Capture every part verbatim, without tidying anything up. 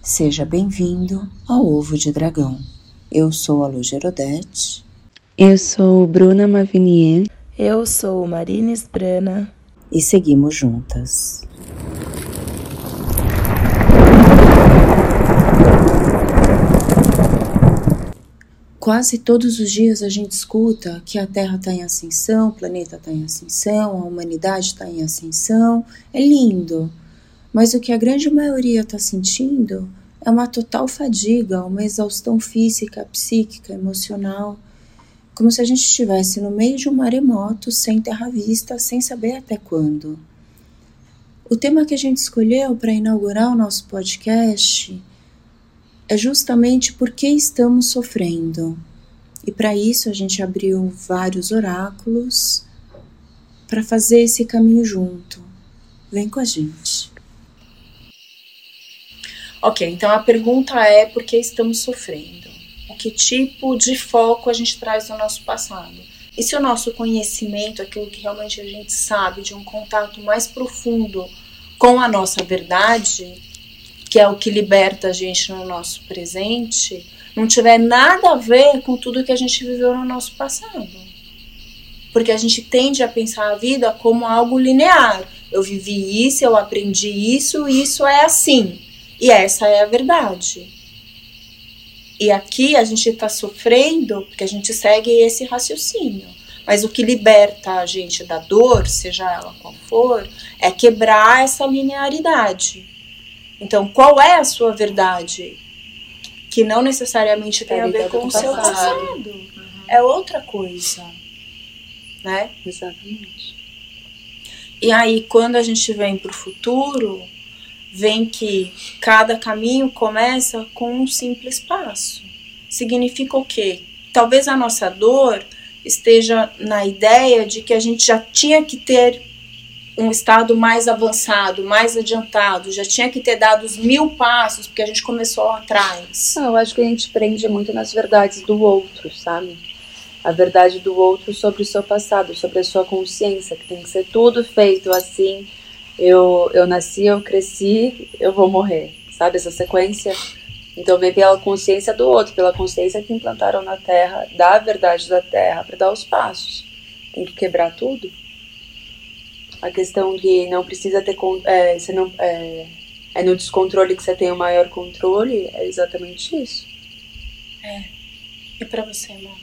Seja bem-vindo ao Ovo de Dragão. Eu sou a Lu Gerodete. Eu sou Bruna Mavinier. Eu sou Marines Brana. E seguimos juntas. Quase todos os dias a gente escuta que a Terra está em ascensão, o planeta está em ascensão, a humanidade está em ascensão. É lindo. Mas o que a grande maioria está sentindo é uma total fadiga, uma exaustão física, psíquica, emocional, como se a gente estivesse no meio de um maremoto, sem terra vista, sem saber até quando. O tema que a gente escolheu para inaugurar o nosso podcast é justamente por que estamos sofrendo. E para isso a gente abriu vários oráculos para fazer esse caminho junto. Vem com a gente. Ok, então a pergunta é por que estamos sofrendo? O que tipo de foco a gente traz no nosso passado? E se o nosso conhecimento, aquilo que realmente a gente sabe, de um contato mais profundo com a nossa verdade, que é o que liberta a gente no nosso presente, não tiver nada a ver com tudo que a gente viveu no nosso passado? Porque a gente tende a pensar a vida como algo linear. Eu vivi isso, eu aprendi isso, isso é assim. E essa é a verdade. E aqui a gente está sofrendo porque a gente segue esse raciocínio. Mas o que liberta a gente da dor, seja ela qual for, é quebrar essa linearidade. Então, qual é a sua verdade? Que não necessariamente tem a ver com o seu passado. Uhum. É outra coisa. Né? Exatamente. E aí, quando a gente vem para o futuro, vem que cada caminho começa com um simples passo. Significa o quê? Talvez a nossa dor esteja na ideia de que a gente já tinha que ter um estado mais avançado, mais adiantado, já tinha que ter dado os mil passos, porque a gente começou lá atrás. Eu acho que a gente prende muito nas verdades do outro, sabe? A verdade do outro sobre o seu passado, sobre a sua consciência, que tem que ser tudo feito assim. Eu, eu nasci, eu cresci, eu vou morrer, sabe? Essa sequência. Então vem pela consciência do outro, pela consciência que implantaram na Terra, da verdade da Terra, para dar os passos. Tem que quebrar tudo. A questão que não precisa ter... É, você não, é, é no descontrole que você tem o maior controle, é exatamente isso. É. E pra você, amor?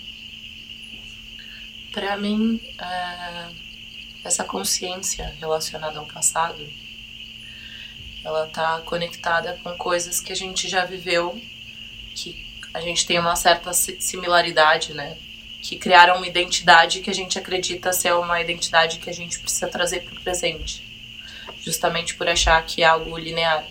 Pra mim, é... essa consciência relacionada ao passado, ela tá conectada com coisas que a gente já viveu, que a gente tem uma certa similaridade, né? Que criaram uma identidade que a gente acredita ser uma identidade que a gente precisa trazer para o presente, justamente por achar que é algo linear,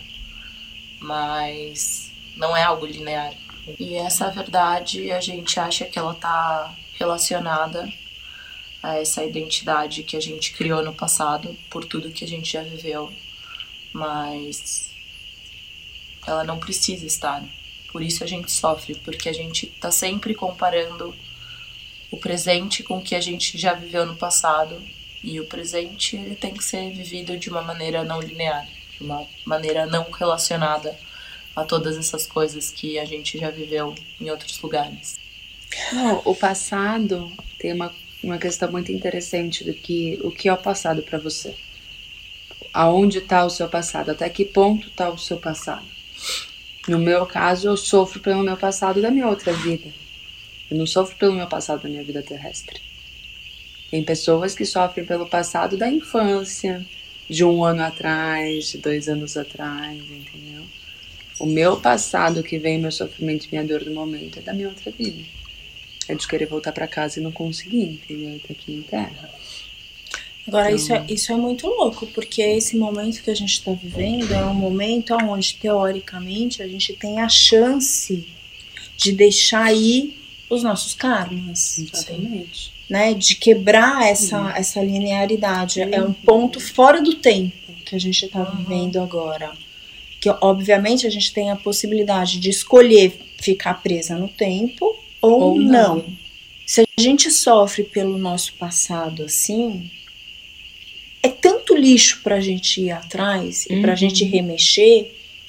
mas não é algo linear. E essa verdade, a gente acha que ela tá relacionada a essa identidade que a gente criou no passado, por tudo que a gente já viveu, mas ela não precisa estar. Por isso a gente sofre, porque a gente está sempre comparando o presente com o que a gente já viveu no passado, e o presente ele tem que ser vivido de uma maneira não linear, de uma maneira não relacionada a todas essas coisas que a gente já viveu em outros lugares. Não, o passado tem uma uma questão muito interessante do que o que é o passado para você. Aonde está o seu passado? Até que ponto está o seu passado? No meu caso, eu sofro pelo meu passado da minha outra vida. Eu não sofro pelo meu passado da minha vida terrestre. Tem pessoas que sofrem pelo passado da infância, de um ano atrás, de dois anos atrás, entendeu? O meu passado que vem, meu sofrimento e minha dor do momento é da minha outra vida. É de querer voltar pra casa e não conseguir, entendeu? Tá aqui em terra. Agora, então... isso, é, isso é muito louco, porque esse momento que a gente tá vivendo é um momento onde, teoricamente, a gente tem a chance de deixar ir os nossos karmas. Exatamente. Né? De quebrar essa, essa linearidade. Uhum. É um ponto fora do tempo que a gente tá uhum. vivendo agora. Que, obviamente, a gente tem a possibilidade de escolher ficar presa no tempo, Ou, ou não. não. Se a gente sofre pelo nosso passado assim, é tanto lixo pra gente ir atrás e uhum. pra gente remexer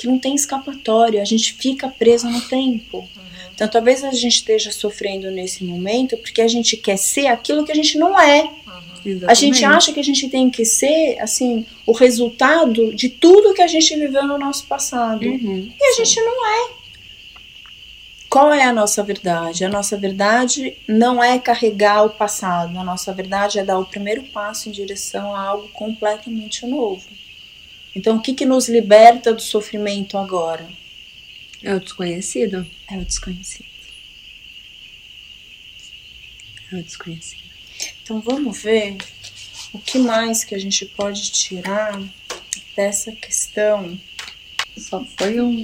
que não tem escapatória, a gente fica preso no tempo. Uhum. Então talvez a gente esteja sofrendo nesse momento porque a gente quer ser aquilo que a gente não é. Uhum. A gente acha que a gente tem que ser, assim, o resultado de tudo que a gente viveu no nosso passado. Uhum. E a Sim. gente não é. Qual é a nossa verdade? A nossa verdade não é carregar o passado. A nossa verdade é dar o primeiro passo em direção a algo completamente novo. Então, o que, que nos liberta do sofrimento agora? É o desconhecido. É o desconhecido. É o desconhecido. Então, vamos ver o que mais que a gente pode tirar dessa questão. Só foi um...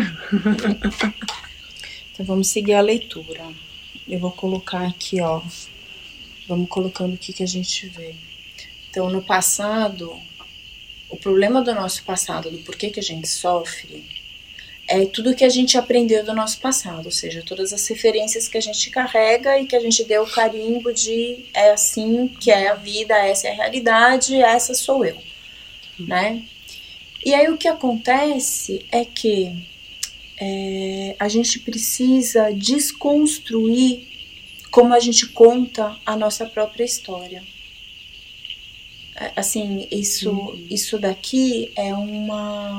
Então vamos seguir a leitura. Eu vou colocar aqui, ó. Vamos colocando o que, que a gente vê. Então, no passado, o problema do nosso passado, do porquê que a gente sofre, é tudo que a gente aprendeu do nosso passado. Ou seja, todas as referências que a gente carrega e que a gente deu o carimbo de é assim que é a vida, essa é a realidade, essa sou eu. Né? E aí o que acontece é que É, a gente precisa desconstruir como a gente conta a nossa própria história. É, assim, isso, uhum. isso daqui é uma...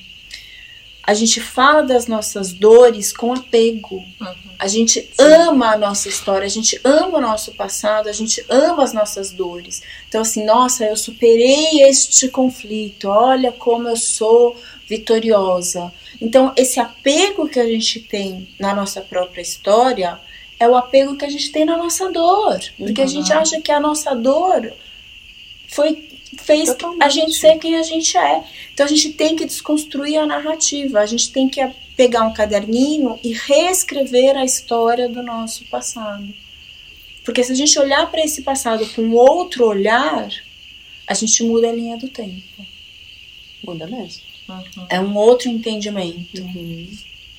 A gente fala das nossas dores com apego. Uhum. A gente Sim. ama a nossa história, a gente ama o nosso passado, a gente ama as nossas dores. Então assim, nossa, eu superei este conflito, olha como eu sou vitoriosa. Então, esse apego que a gente tem na nossa própria história é o apego que a gente tem na nossa dor. Porque uhum. a gente acha que a nossa dor foi, fez Totalmente. a gente ser quem a gente é. Então, a gente tem que desconstruir a narrativa. A gente tem que pegar um caderninho e reescrever a história do nosso passado. Porque se a gente olhar para esse passado com outro olhar, a gente muda a linha do tempo. Muda mesmo. Uhum. É um outro entendimento. Uhum.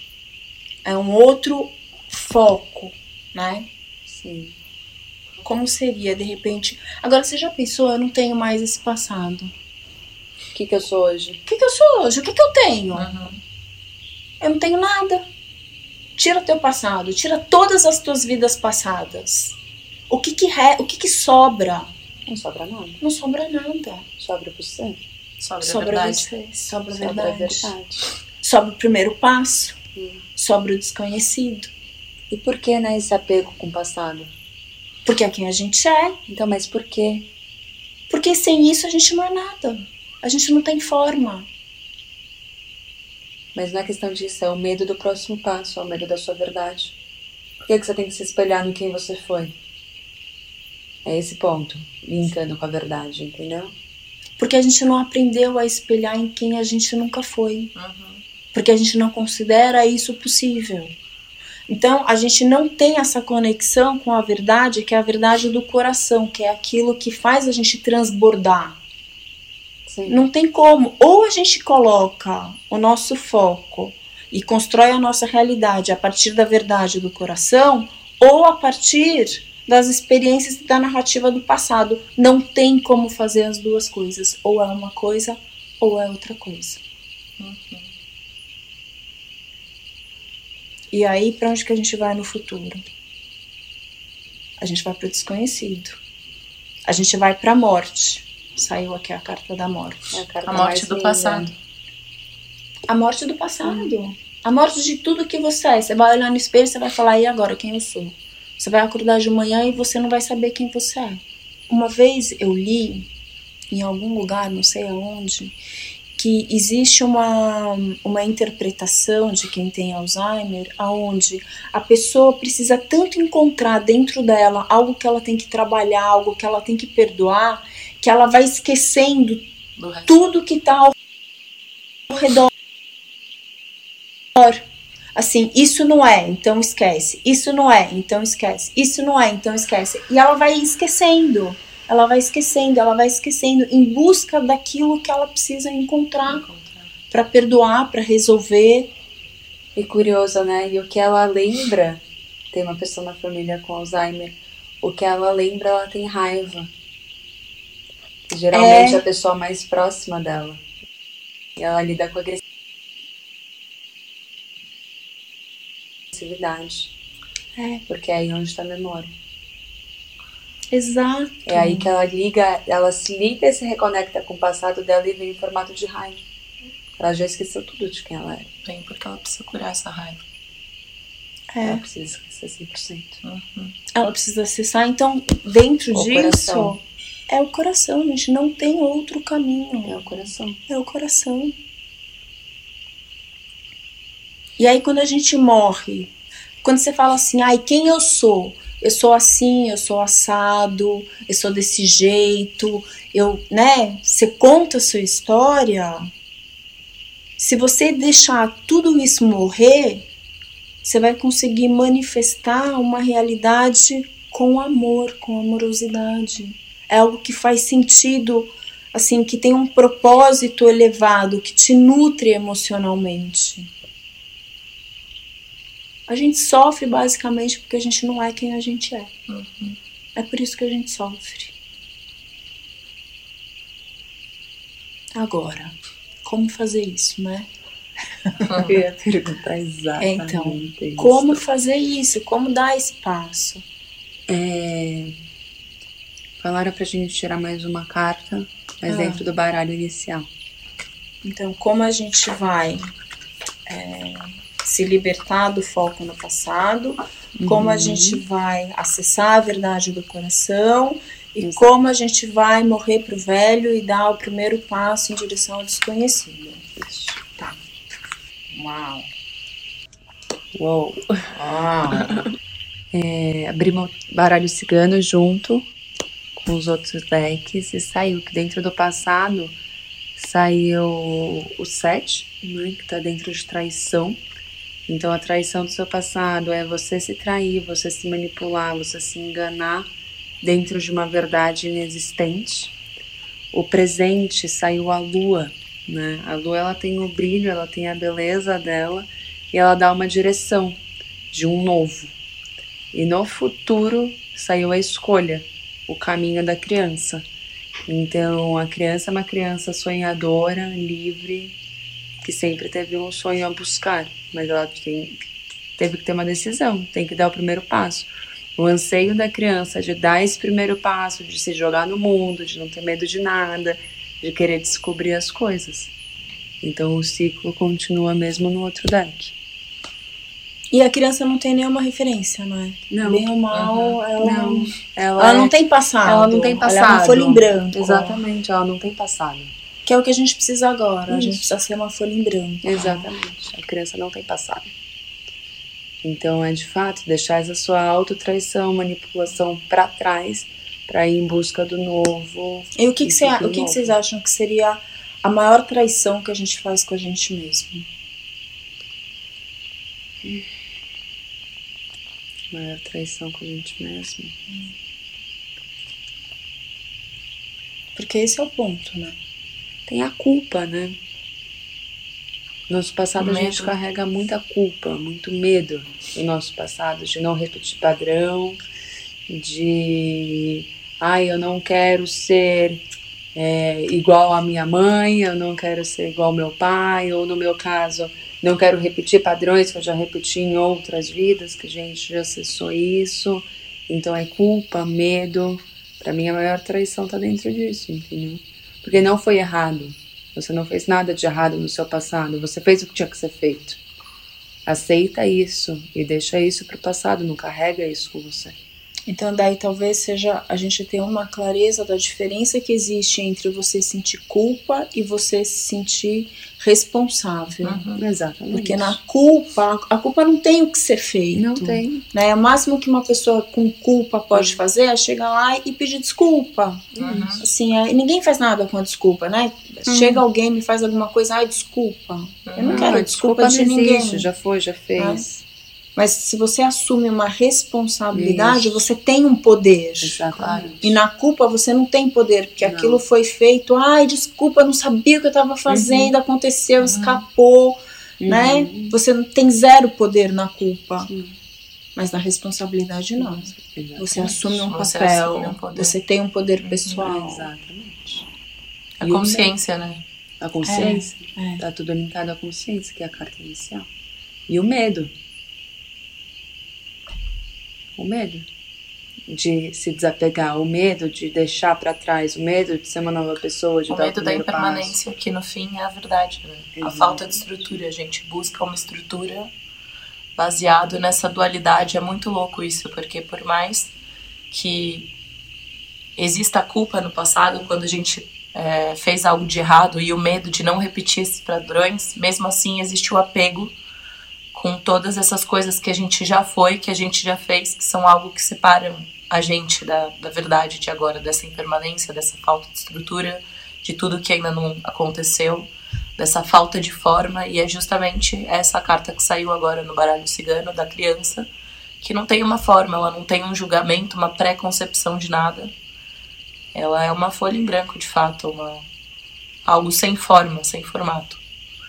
É um outro foco, né? Sim. Como seria, de repente... Agora, você já pensou, eu não tenho mais esse passado. O que que eu sou hoje? O que que eu sou hoje? O que que eu tenho? Uhum. Eu não tenho nada. Tira teu passado, tira todas as tuas vidas passadas. O que que, re... o que, que sobra? Não sobra nada. Não sobra nada. Sobra você. Sobra, sobra a verdade. você, sobra a Sobra verdade. a verdade. Sobra o primeiro passo, hum. sobra o desconhecido. E por que, né, esse apego com o passado? Porque é quem a gente é. Então, mas por quê? Porque sem isso a gente não é nada. A gente não tem forma. Mas não é questão disso, é o medo do próximo passo, é o medo da sua verdade. Por que, que você tem que se espelhar no quem você foi? É esse ponto, linkando com a verdade, entendeu? Porque a gente não aprendeu a espelhar em quem a gente nunca foi. Uhum. Porque a gente não considera isso possível. Então, a gente não tem essa conexão com a verdade, que é a verdade do coração, que é aquilo que faz a gente transbordar. Sim. Não tem como. Ou a gente coloca o nosso foco e constrói a nossa realidade a partir da verdade do coração, ou a partir das experiências e da narrativa do passado. Não tem como fazer as duas coisas. Ou é uma coisa, ou é outra coisa. Uhum. E aí, para onde que a gente vai no futuro? A gente vai para o desconhecido. A gente vai para a morte. Saiu aqui a carta da morte. É a, carta a morte do linda. passado. A morte do passado. Hum. A morte de tudo que você é. Você vai olhar no espelho e você vai falar, e agora, quem eu sou? Você vai acordar de manhã e você não vai saber quem você é. Uma vez eu li, em algum lugar, não sei aonde, que existe uma, uma interpretação de quem tem Alzheimer, onde a pessoa precisa tanto encontrar dentro dela algo que ela tem que trabalhar, algo que ela tem que perdoar, que ela vai esquecendo tudo que está ao redor. Assim, isso não é, então esquece. Isso não é, então esquece. Isso não é, então esquece. E ela vai esquecendo. Ela vai esquecendo, ela vai esquecendo em busca daquilo que ela precisa encontrar, encontrar. Para perdoar, para resolver. E curioso, né? E o que ela lembra, tem uma pessoa na família com Alzheimer, o que ela lembra, ela tem raiva. Geralmente é a pessoa mais próxima dela. E ela lida com agressividade. impulsividade. É. Porque é aí onde está a memória. Exato. É aí que ela liga, ela se liga e se reconecta com o passado dela e vem em formato de raiva. Ela já esqueceu tudo de quem ela era. Bem, porque ela precisa curar essa raiva. É. Ela precisa esquecer cem por cento. Uhum. Ela precisa acessar. Então, dentro O disso, coração. é o coração, gente. Não tem outro caminho. É o coração. É o coração. E aí, quando a gente morre, quando você fala assim, ai, quem eu sou? Eu sou assim, eu sou assado, eu sou desse jeito, eu, né? Você conta a sua história. Se você deixar tudo isso morrer, você vai conseguir manifestar uma realidade com amor, com amorosidade. É algo que faz sentido, assim, que tem um propósito elevado, que te nutre emocionalmente. A gente sofre basicamente porque a gente não é quem a gente é. Uhum. É por isso que a gente sofre. Agora, como fazer isso, né? Eu ia perguntar exatamente Então, isso. como fazer isso? Como dar esse passo? É... Falaram pra gente tirar mais uma carta, mas Ah. dentro do baralho inicial. Então, como a gente vai é, se libertar do foco no passado, Uhum. como a gente vai acessar a verdade do coração e Exato. como a gente vai morrer pro velho e dar o primeiro passo em direção ao desconhecido. Isso. Tá. Uau. Uou. Uau. É, abrimos o baralho cigano junto com os outros decks e saiu que dentro do passado saiu o sete, né, que tá dentro de traição. Então a traição do seu passado é você se trair, você se manipular, você se enganar dentro de uma verdade inexistente. O presente saiu a lua, né? A lua, ela tem o brilho, ela tem a beleza dela e ela dá uma direção de um novo. E no futuro saiu a escolha, o caminho da criança. Então a criança é uma criança sonhadora, livre, que sempre teve um sonho a buscar, mas ela tem, teve que ter uma decisão, tem que dar o primeiro passo. O anseio da criança de dar esse primeiro passo, de se jogar no mundo, de não ter medo de nada, de querer descobrir as coisas. Então o ciclo continua mesmo no outro deck. E a criança não tem nenhuma referência, não é? Não. Bem ou mal, Uhum. ela, Não, ela, ela é- não tem passado. ela não tem passado. Ela é uma folha em branco. Exatamente, ela não tem passado. Que é o que a gente precisa agora. A Isso. gente precisa ser uma folha em branco. Exatamente, a criança não tem passado. Então é de fato deixar essa sua autotraição, manipulação pra trás, pra ir em busca do novo. E o que, que, e cê, tudo o que, que novo. vocês acham que seria a maior traição que a gente faz com a gente mesmo? Maior traição com a gente mesmo. Porque esse é o ponto, né? Tem a culpa, né? Nosso passado a gente Medo. carrega muita culpa, muito medo do nosso passado, de não repetir padrão, de ai, eu não quero ser é, igual a minha mãe, eu não quero ser igual ao meu pai, ou no meu caso, não quero repetir padrões que eu já repeti em outras vidas, que a gente já acessou isso. Então é culpa, medo. Pra mim a maior traição tá dentro disso, entendeu? Porque não foi errado. Você não fez nada de errado no seu passado. Você fez o que tinha que ser feito. Aceita isso e deixa isso pro passado. Não carrega isso com você. Então daí talvez seja a gente ter uma clareza da diferença que existe entre você sentir culpa e você se sentir responsável. Uhum. Exatamente. Porque na culpa, a culpa não tem o que ser feito. Não tem. Né? O máximo que uma pessoa com culpa pode fazer é chegar lá e pedir desculpa. Uhum. Assim, é, ninguém faz nada com a desculpa, né? Hum. Chega alguém e me faz alguma coisa, ai, desculpa. Eu não Uhum. quero a desculpa, desculpa de não ninguém. existe, já foi, já fez. Mas se você assume uma responsabilidade, Isso. você tem um poder. Exatamente. E na culpa você não tem poder, porque Não. aquilo foi feito, ai, desculpa, eu não sabia o que eu estava fazendo, aconteceu, escapou, né? Uhum. Você não tem zero poder na culpa. Sim. Mas na responsabilidade não. Exatamente. Você assume um Você papel, assume um poder. você tem um poder pessoal. Exatamente. A E o consciência, né? A consciência. É, é. Tá tudo linkado à consciência, que é a carta inicial. E o medo. O medo de se desapegar, o medo de deixar pra trás, o medo de ser uma nova pessoa, de o dar o medo da primeiro impermanência, passo. que no fim é a verdade, né? Exato. A falta de estrutura. A gente busca uma estrutura baseado nessa dualidade. É muito louco isso, porque por mais que exista a culpa no passado, quando a gente é, fez algo de errado e o medo de não repetir esses padrões, mesmo assim existe o apego com todas essas coisas que a gente já foi, que a gente já fez, que são algo que separam a gente da, da verdade de agora, dessa impermanência, dessa falta de estrutura, de tudo que ainda não aconteceu, dessa falta de forma. E é justamente essa carta que saiu agora no baralho cigano, da criança, que não tem uma forma, ela não tem um julgamento, uma pré-concepção de nada. Ela é uma folha em branco, de fato, uma, algo sem forma, sem formato.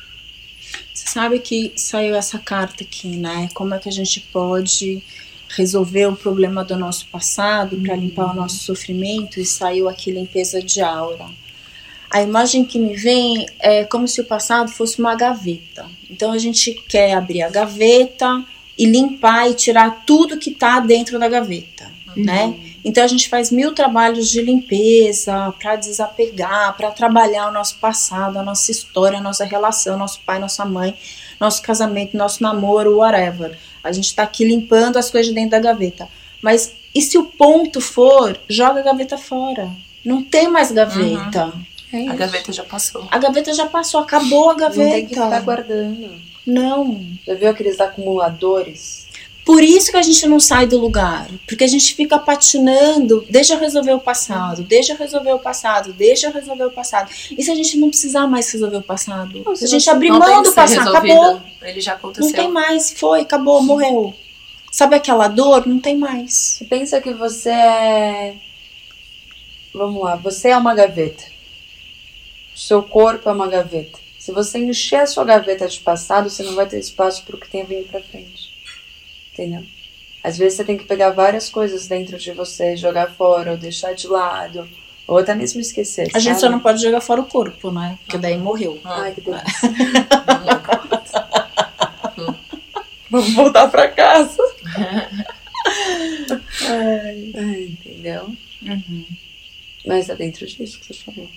Você sabe que saiu essa carta aqui, né? Como é que a gente pode resolver o problema do nosso passado para Uhum. limpar o nosso sofrimento, e saiu aqui limpeza de aura. A imagem que me vem é como se o passado fosse uma gaveta. Então a gente quer abrir a gaveta e limpar e tirar tudo que está dentro da gaveta, Uhum. né? Então a gente faz mil trabalhos de limpeza para desapegar, para trabalhar o nosso passado, a nossa história, a nossa relação, nosso pai, nossa mãe, nosso casamento, nosso namoro, whatever. A gente está aqui limpando as coisas dentro da gaveta. Mas e se o ponto for, joga a gaveta fora? Não tem mais gaveta. Uhum. É A gaveta já passou. A gaveta já passou, acabou a gaveta. Não tem que ficar guardando. Não. Já viu aqueles acumuladores? Por isso que a gente não sai do lugar. Porque a gente fica patinando. Deixa eu resolver o passado. Deixa eu resolver o passado. Deixa eu resolver o passado. E se a gente não precisar mais resolver o passado? Não, se a se gente você abrir Não tem mão que do ser passado, resolvido. acabou. Ele já aconteceu. Não tem mais. Foi, acabou, morreu. Sabe aquela dor? Não tem mais. Você pensa que você é... Vamos lá, você é uma gaveta. O seu corpo é uma gaveta. Se você encher a sua gaveta de passado, você não vai ter espaço para o que tem a vir pra frente. Entendeu? Às vezes você tem que pegar várias coisas dentro de você, jogar fora, ou deixar de lado, ou até mesmo esquecer, A gente sabe? só não pode jogar fora o corpo, né? Porque daí morreu. Ai, que delícia. Vamos voltar pra casa. Ai, ai, entendeu? Uhum. Mas é dentro disso que você falou.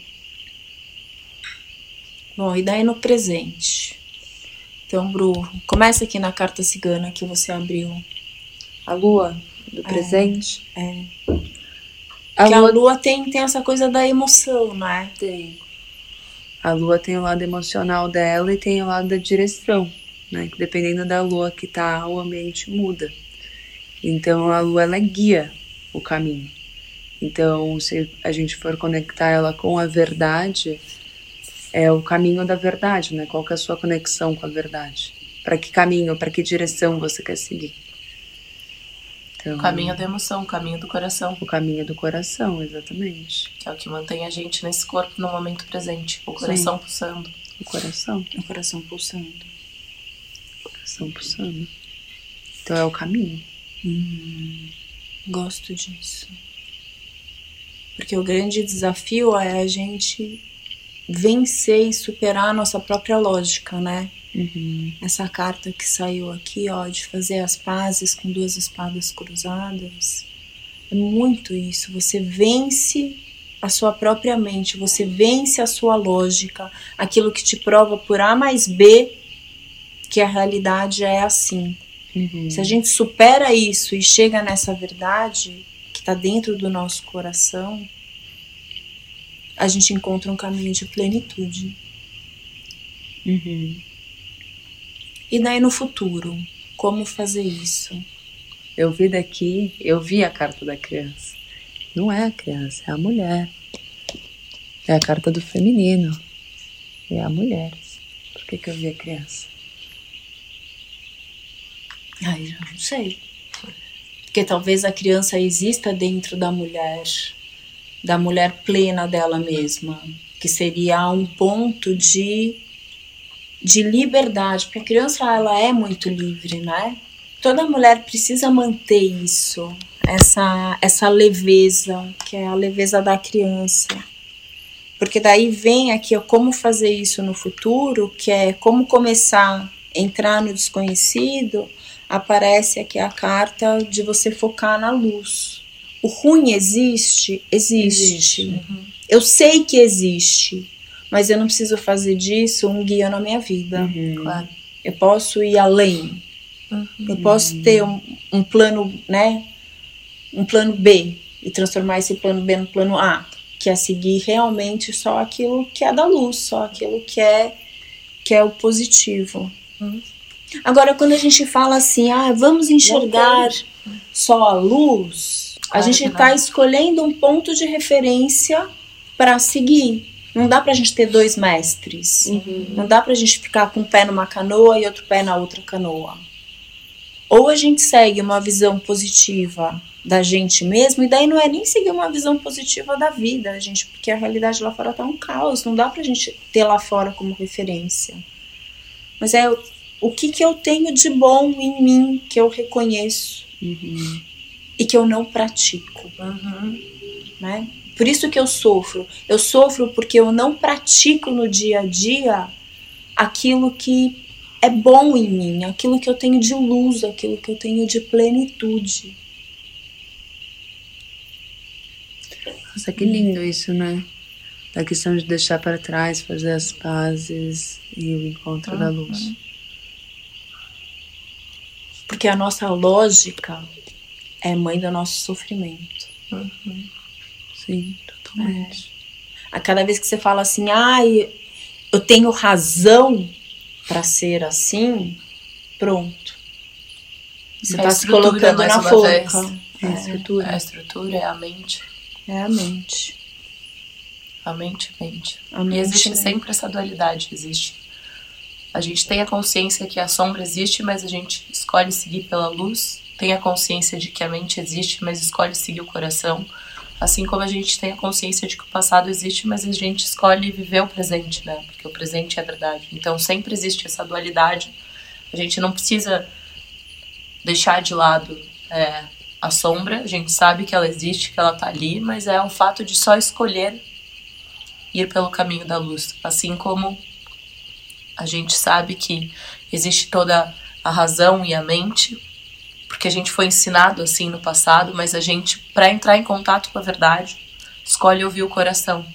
Bom, e daí no presente? Então, Bru, começa aqui na carta cigana que você abriu. A lua do presente. É. A Porque lua a lua tem, tem essa coisa da emoção, né? tem. A lua tem o lado emocional dela e tem o lado da direção, né? Que dependendo da lua que tá, o ambiente muda. Então a lua, ela guia o caminho. Então, se a gente for conectar ela com a verdade, é o caminho da verdade, né? Qual que é a sua conexão com a verdade? Para que caminho, para que direção você quer seguir? Então, O caminho da emoção, o caminho do coração. o caminho do coração, exatamente. Que é o que mantém a gente nesse corpo no momento presente. O coração Sim. pulsando. O coração, O coração pulsando. o coração pulsando. Então é o caminho. Hum, gosto disso. Porque o grande desafio é a gente vencer e superar a nossa própria lógica, né? Uhum. Essa carta que saiu aqui, ó, de fazer as pazes com duas espadas cruzadas, é muito isso. Você vence a sua própria mente, você vence a sua lógica, aquilo que te prova por A mais B que a realidade é assim. Uhum. Se a gente supera isso e chega nessa verdade que está dentro do nosso coração, a gente encontra um caminho de plenitude. Uhum. E daí no futuro, como fazer isso? Eu vi daqui, eu vi a carta da criança. Não é a criança, é a mulher. É a carta do feminino. É a mulher. Por que que eu vi a criança? Ai, já não sei. Porque talvez a criança exista dentro da mulher, da mulher plena dela mesma, que seria um ponto de, de liberdade, porque a criança ela é muito livre, né? Toda mulher precisa manter isso, essa, essa leveza, que é a leveza da criança. Porque daí vem aqui ó, como fazer isso no futuro, que é como começar entrar no desconhecido, aparece aqui a carta de você focar na luz. O ruim existe? Existe. existe. Uhum. Eu sei que existe, mas eu não preciso fazer disso um guia na minha vida. Uhum. Claro. Eu posso ir além. Uhum. Eu posso ter um, um plano, né? Um plano B e transformar esse plano B no plano A, que é seguir realmente só aquilo que é da luz, só aquilo que é, que é o positivo. Uhum. Agora, quando a gente fala assim, ah, vamos enxergar só a luz, a claro gente está escolhendo um ponto de referência para seguir. Não dá pra gente ter dois mestres. Uhum. Não dá pra gente ficar com um pé numa canoa e outro pé na outra canoa. Ou a gente segue uma visão positiva da gente mesmo, e daí não é nem seguir uma visão positiva da vida, gente, porque a realidade lá fora tá um caos, não dá pra gente ter lá fora como referência. Mas é o que que eu tenho de bom em mim, que eu reconheço, uhum. e que eu não pratico. Uhum. Né? Por isso que eu sofro. Eu sofro porque eu não pratico no dia a dia aquilo que é bom em mim, aquilo que eu tenho de luz, aquilo que eu tenho de plenitude. Nossa, que lindo isso, né? A questão de deixar para trás, fazer as pazes e o encontro uhum. da luz. Porque a nossa lógica é mãe do nosso sofrimento. Uhum. Sim, totalmente. É. A cada vez que você fala assim, ai, ah, eu tenho razão para ser assim, pronto. Você está se colocando na forca. É a estrutura. É a estrutura, é a mente. É a mente. A mente, mente. A mente e existe mente. sempre essa dualidade, existe. A gente tem a consciência que a sombra existe, mas a gente escolhe seguir pela luz. Tem a consciência de que a mente existe, mas escolhe seguir o coração. Assim como a gente tem a consciência de que o passado existe, mas a gente escolhe viver o presente, né? Porque o presente é a verdade. Então sempre existe essa dualidade. A gente não precisa deixar de lado é, a sombra. A gente sabe que ela existe, que ela tá ali, mas é o fato de só escolher ir pelo caminho da luz. Assim como a gente sabe que existe toda a razão e a mente, porque a gente foi ensinado assim no passado, mas a gente, para entrar em contato com a verdade, escolhe ouvir o coração.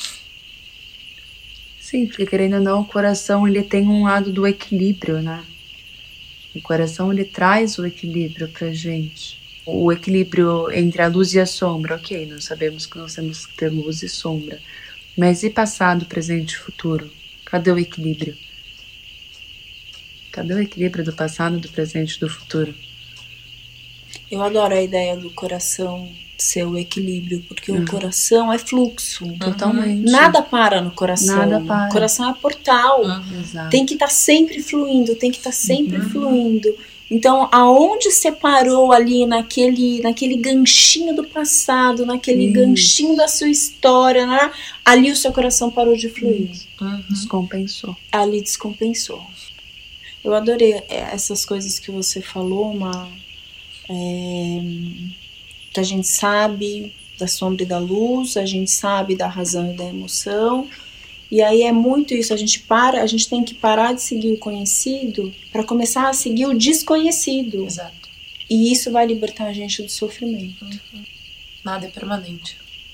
Sim, porque querendo ou não, o coração ele tem um lado do equilíbrio, né? O coração ele traz o equilíbrio pra gente. O equilíbrio entre a luz e a sombra, ok, nós sabemos que nós temos que ter luz e sombra. Mas e passado, presente e futuro? Cadê o equilíbrio? Cadê o equilíbrio do passado, do presente e do futuro? Eu adoro a ideia do coração ser o equilíbrio, porque uhum. o coração é fluxo. Totalmente. Nada para no coração. Nada para. O coração é portal. Uhum. Tem que estar tá sempre fluindo, tem que estar tá sempre uhum. fluindo. Então, aonde você parou ali naquele, naquele ganchinho do passado, naquele Isso. ganchinho da sua história, né? Ali o seu coração parou de fluir. Uhum. Descompensou. Ali descompensou. Eu adorei essas coisas que você falou, Má. É, que a gente sabe da sombra e da luz, a gente sabe da razão e da emoção, e aí é muito isso, a gente para, a gente tem que parar de seguir o conhecido para começar a seguir o desconhecido. Exato. E isso vai libertar a gente do sofrimento. Uhum. Nada é permanente.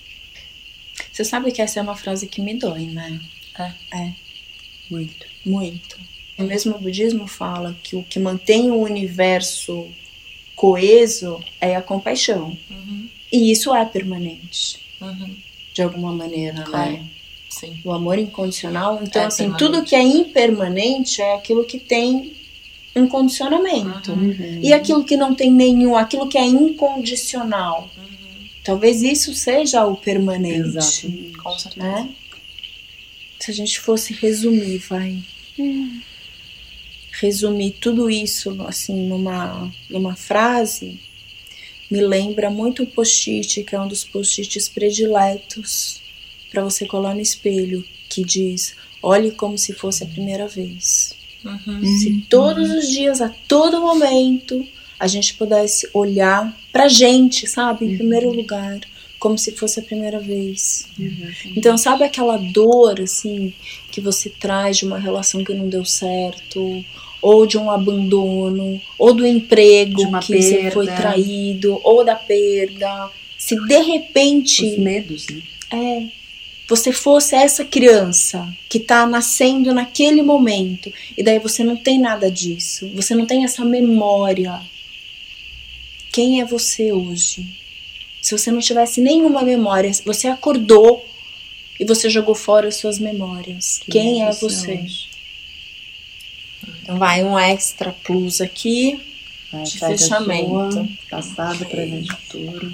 Você sabe que essa é uma frase que me dói, né? É. É. Muito. Muito. O mesmo budismo fala que o que mantém o universo coeso é a compaixão. Uhum. E isso é permanente. Uhum. De alguma maneira, claro. né? Sim. O amor incondicional. Então, é assim, permanente. tudo que é impermanente é aquilo que tem um condicionamento. Uhum. E aquilo que não tem nenhum, aquilo que é incondicional. Uhum. Talvez isso seja o permanente. Exato. Com certeza. Né? Se a gente fosse resumir, vai... Hum. resumir tudo isso assim numa, numa frase, me lembra muito o post-it, que é um dos post-its prediletos para você colar no espelho, que diz: olhe como se fosse a primeira vez. Uhum. Se todos os dias, a todo momento, a gente pudesse olhar pra gente, sabe, em uhum. primeiro lugar, como se fosse a primeira vez. Uhum. Então, sabe aquela dor, assim, que você traz de uma relação que não deu certo, ou de um abandono, ou do emprego de uma que perda. você foi traído, ou da perda. Se de repente... Os medos, né? É, você fosse essa criança que tá nascendo naquele momento, e daí você não tem nada disso, você não tem essa memória. Quem é você hoje? Se você não tivesse nenhuma memória, você acordou e você jogou fora as suas memórias. Quem, Quem é, é você? você? Então vai um extra plus aqui vai, de fechamento. Sua, passado, okay. Presente, futuro.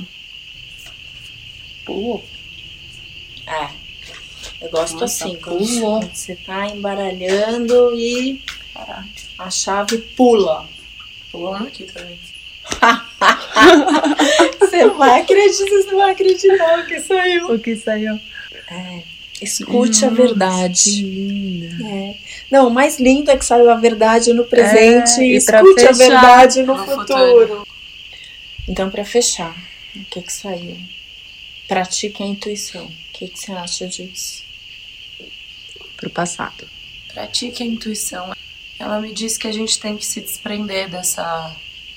Pô. É. Eu gosto Nossa, assim, quando você tá embaralhando e caraca, a chave pula. Pula aqui também. Você vai acreditar, você vai acreditar o que saiu. O que saiu. É, escute Nossa, a verdade. Que linda. É. Não, o mais lindo é que saiu a verdade no presente é, e escute a verdade no, no futuro. futuro. Então, para fechar, o que que saiu? Pratique a intuição. O que que você acha disso? Pro passado. Pratique a intuição. Ela me diz que a gente tem que se desprender dessa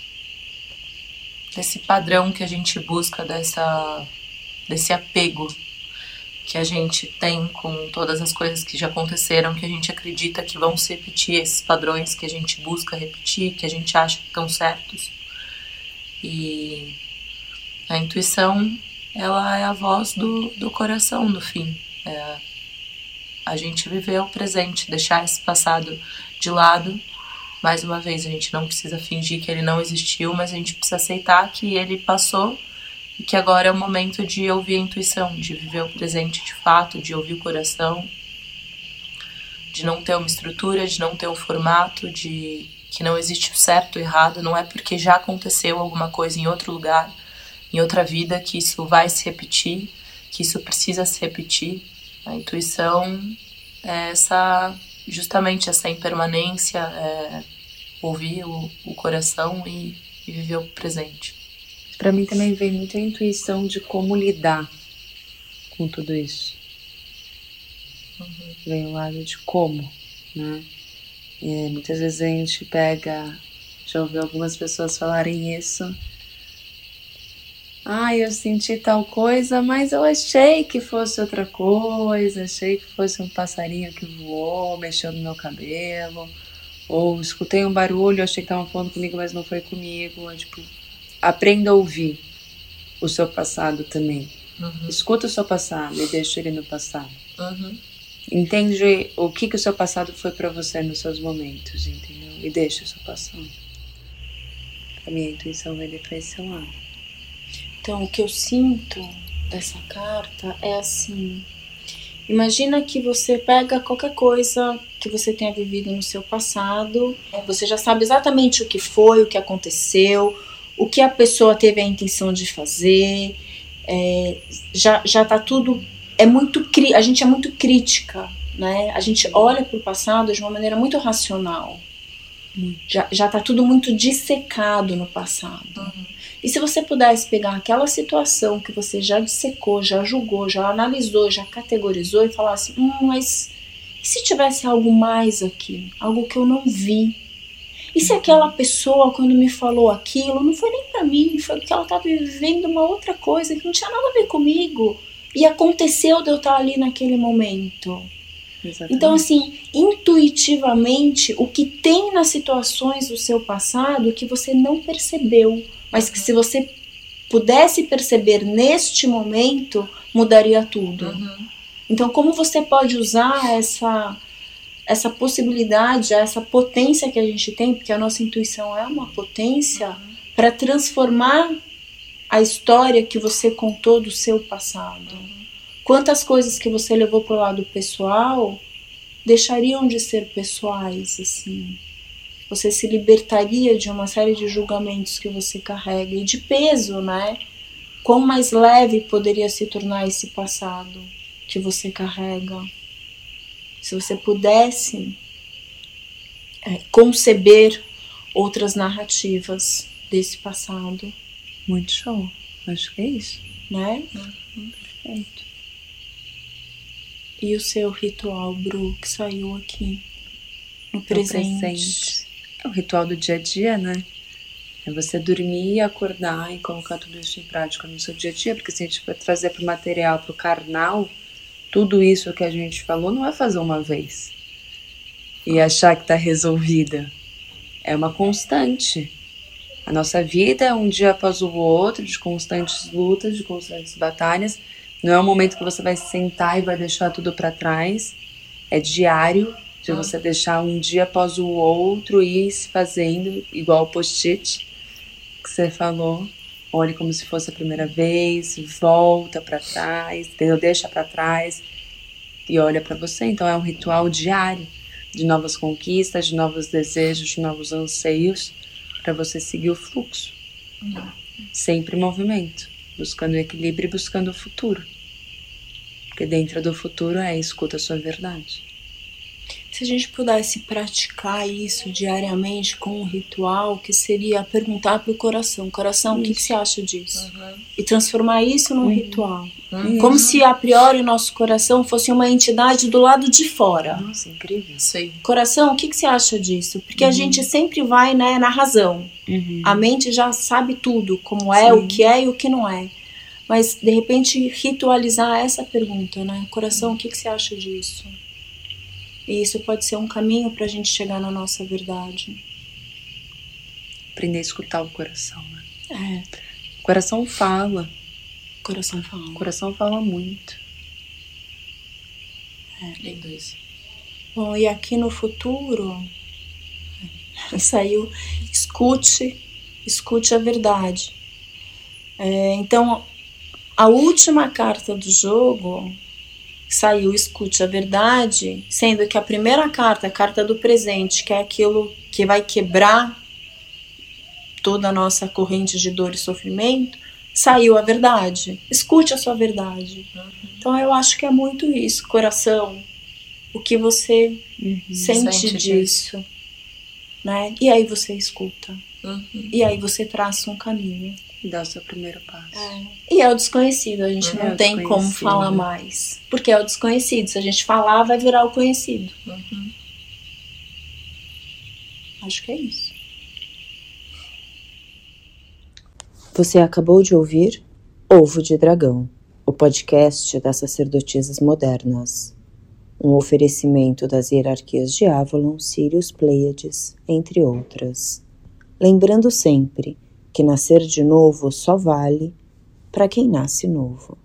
desse padrão que a gente busca, dessa desse apego que a gente tem com todas as coisas que já aconteceram, que a gente acredita que vão se repetir, esses padrões que a gente busca repetir, que a gente acha que estão certos. E a intuição, ela é a voz do, do coração, no fim. É a gente viver o presente, deixar esse passado de lado. Mais uma vez, a gente não precisa fingir que ele não existiu, mas a gente precisa aceitar que ele passou e que agora é o momento de ouvir a intuição, de viver o presente de fato, de ouvir o coração, de não ter uma estrutura, de não ter um formato, de que não existe o certo e o errado. Não é porque já aconteceu alguma coisa em outro lugar, em outra vida, que isso vai se repetir, que isso precisa se repetir. A intuição é essa, justamente essa impermanência, é ouvir o, o coração e, e viver o presente. Para mim também vem muito a intuição de como lidar com tudo isso. Uhum. Vem o lado de como, né? E muitas vezes a gente pega, já ouvi algumas pessoas falarem isso. Ah, eu senti tal coisa, mas eu achei que fosse outra coisa, achei que fosse um passarinho que voou, mexeu no meu cabelo, ou escutei um barulho, achei que estavam falando comigo, mas não foi comigo. É, tipo, aprenda a ouvir o seu passado também. Uhum. Escuta o seu passado e deixa ele no passado. Uhum. Entende o que, que o seu passado foi para você nos seus momentos, entendeu? E deixa isso passando. A minha intuição vai para esse lado. Então, o que eu sinto dessa carta é assim: imagina que você pega qualquer coisa que você tenha vivido no seu passado, você já sabe exatamente o que foi, o que aconteceu, o que a pessoa teve a intenção de fazer, é, já, já tá tudo, é muito, a gente é muito crítica, né? A gente olha para o passado de uma maneira muito racional, hum. já, já tá tudo muito dissecado no passado. Uhum. E se você pudesse pegar aquela situação que você já dissecou, já julgou, já analisou, já categorizou e falar assim, hum, mas e se tivesse algo mais aqui? Algo que eu não vi? E se aquela pessoa, quando me falou aquilo, não foi nem pra mim, foi porque ela estava vivendo uma outra coisa que não tinha nada a ver comigo. E aconteceu de eu estar ali naquele momento. Exatamente. Então, assim, intuitivamente, o que tem nas situações do seu passado que você não percebeu, mas que se você pudesse perceber neste momento, mudaria tudo. Uhum. Então, como você pode usar essa, essa possibilidade, essa potência que a gente tem, porque a nossa intuição é uma potência, uhum. para transformar a história que você contou do seu passado. Uhum. Quantas coisas que você levou para o lado pessoal deixariam de ser pessoais, assim. Você se libertaria de uma série de julgamentos que você carrega e de peso, né? Quão mais leve poderia se tornar esse passado que você carrega. Se você pudesse é, conceber outras narrativas desse passado. Muito show. Acho que é isso. Né? Uhum. Perfeito. E o seu ritual, Bru, que saiu aqui no presente. presente. É o ritual do dia a dia, né? É você dormir, acordar e colocar tudo isso em prática no seu dia a dia, porque se a gente for trazer para o material, para o carnal, tudo isso que a gente falou não é fazer uma vez e achar que está resolvida. É uma constante. A nossa vida é um dia após o outro, de constantes lutas, de constantes batalhas. Não é um momento que você vai sentar e vai deixar tudo para trás. É diário, de você deixar um dia após o outro e ir se fazendo, igual o post-it que você falou. Olhe como se fosse a primeira vez, volta para trás, entendeu? Deixa para trás e olha para você. Então é um ritual diário de novas conquistas, de novos desejos, de novos anseios, para você seguir o fluxo. Uhum. Sempre em movimento, buscando equilíbrio e buscando o futuro. Porque dentro do futuro é escuta a sua verdade. Se a gente pudesse praticar isso diariamente com um ritual, que seria perguntar para o coração, coração, o que, que você acha disso? Uhum. E transformar isso num uhum. ritual. Uhum. Como se a priori o nosso coração fosse uma entidade do lado de fora. Nossa, incrível. Sim. Coração, o que, que você acha disso? Porque uhum. a gente sempre vai, né, na razão. Uhum. A mente já sabe tudo, como é, Sim. o que é e o que não é. Mas, de repente, ritualizar essa pergunta, né? Coração, uhum. o que, que você acha disso? E isso pode ser um caminho para a gente chegar na nossa verdade. Aprender a escutar o coração, né? É. O coração fala. O coração fala. O coração fala muito. É. Lindo isso. Bom, e aqui no futuro, saiu, escute, escute a verdade. É, então, a última carta do jogo... saiu escute a verdade, sendo que a primeira carta, a carta do presente, que é aquilo que vai quebrar toda a nossa corrente de dor e sofrimento, saiu a verdade. Escute a sua verdade. Uhum. Então eu acho que é muito isso, coração, o que você uhum. sente, sente disso, disso, né? E aí você escuta. Uhum. E aí você traça um caminho. E dá o seu primeiro passo. É. E é o desconhecido, a gente é não tem como falar mais. Porque é o desconhecido. Se a gente falar, vai virar o conhecido. Uhum. Acho que é isso. Você acabou de ouvir Ovo de Dragão, o podcast das sacerdotisas modernas. Um oferecimento das hierarquias de Avalon, Sirius, Pleiades, entre outras. Lembrando sempre que nascer de novo só vale para quem nasce novo.